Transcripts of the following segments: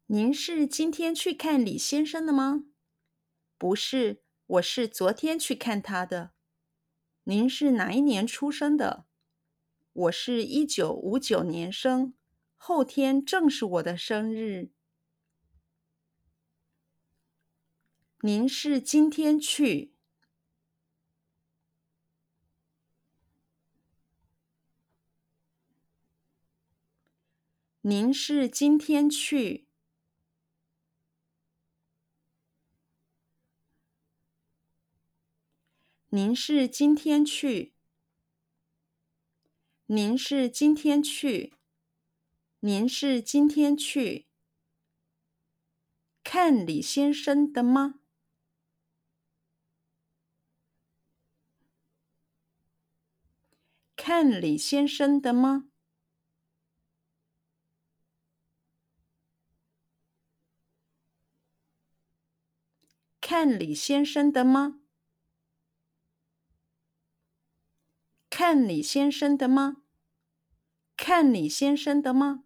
您是今天去看李先生的吗？不是，我是昨天去看他的。您是哪一年出生的？我是1959年生，后天正是我的生日。您是今天去？您是今天去？您是今天去？您是今天去？您是今天去看李先生的吗？看李先生的吗？看李先生的吗？看李先生的吗？看李先生的吗？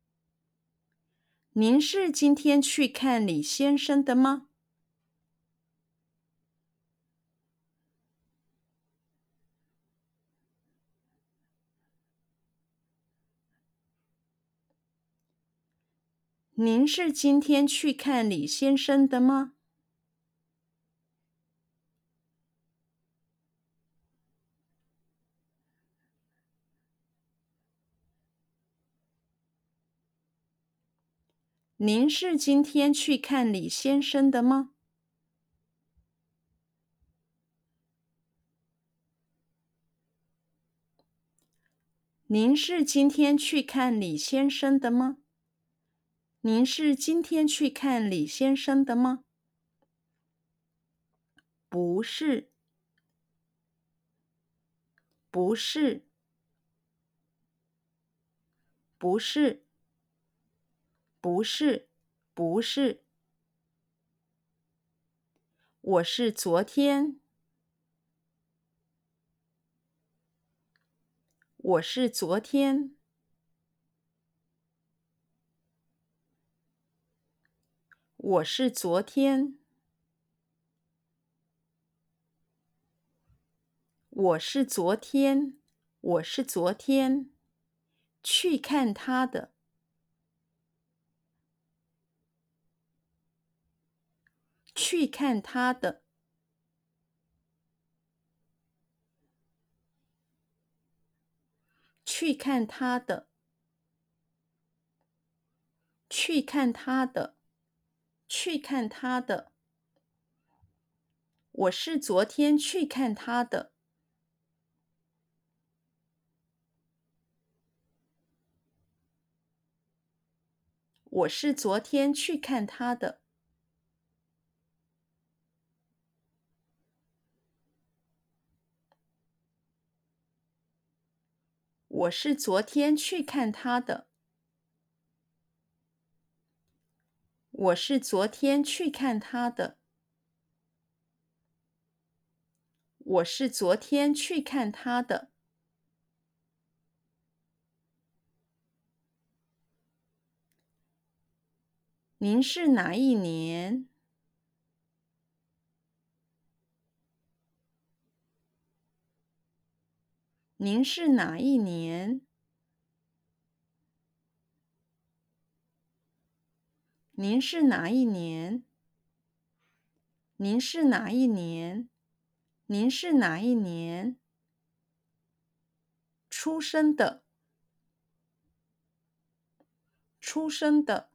您是今天去看李先生的吗？您是今天去看李先生的吗？您是今天去看李先生的吗？您是今天去看李先生的吗？您是今天去看李先生的吗？不是，不是，不是，不是，不是。我是昨天，我是昨天，我是昨天，我是昨天，我是昨天去看他的，去看他的，去看他的，去看他的，去看他的。我是昨天去看他的，我是昨天去看他的，我是昨天去看他的，我是昨天去看他的，我是昨天去看他的。您是哪一年？您是哪一年？您是哪一年？您是哪一年？您是哪一年出生的？出生的？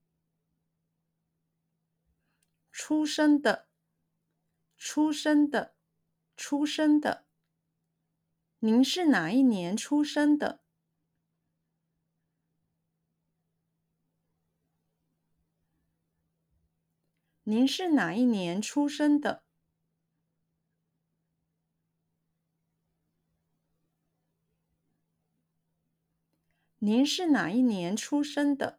出生的？出生的？出生的？您是哪一年出生的？您是哪一年出生的？您是哪一年出生的？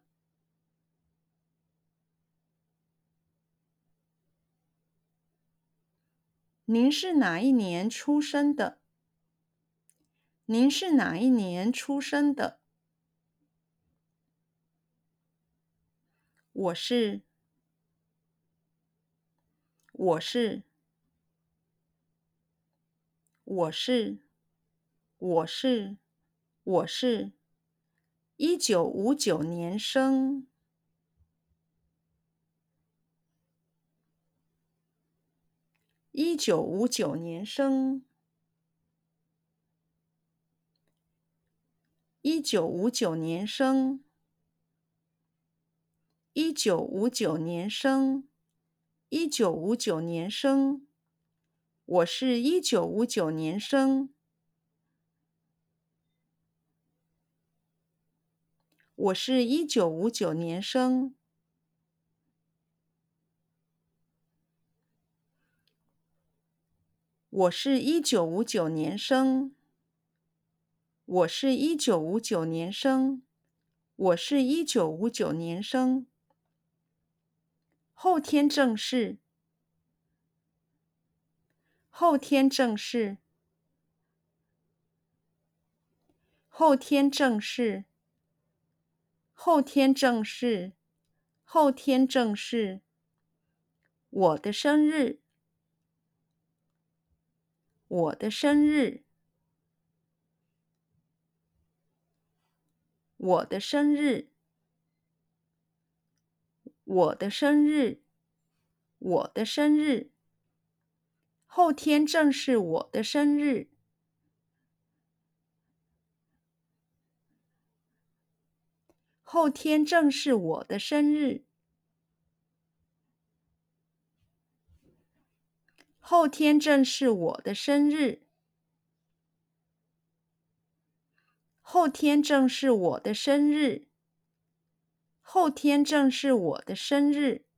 您是哪一年出生的？您是哪一年出生的？ 我是，我是，我是，我是，我是1959年生，1959年生，1959年生，1959年生，1959年生，我是1959年生，我是1959年生，我是1959年生，我是1959年生，我是1959年生，后天正式，后天正式，后天正式，后天正式，后天正式，我的生日，我的生日，我的生日，我的生日，我的生日，后天正是我的生日，后天正是我的生日，后天正是我的生日，后天正是我的生日，后天正是我的生日。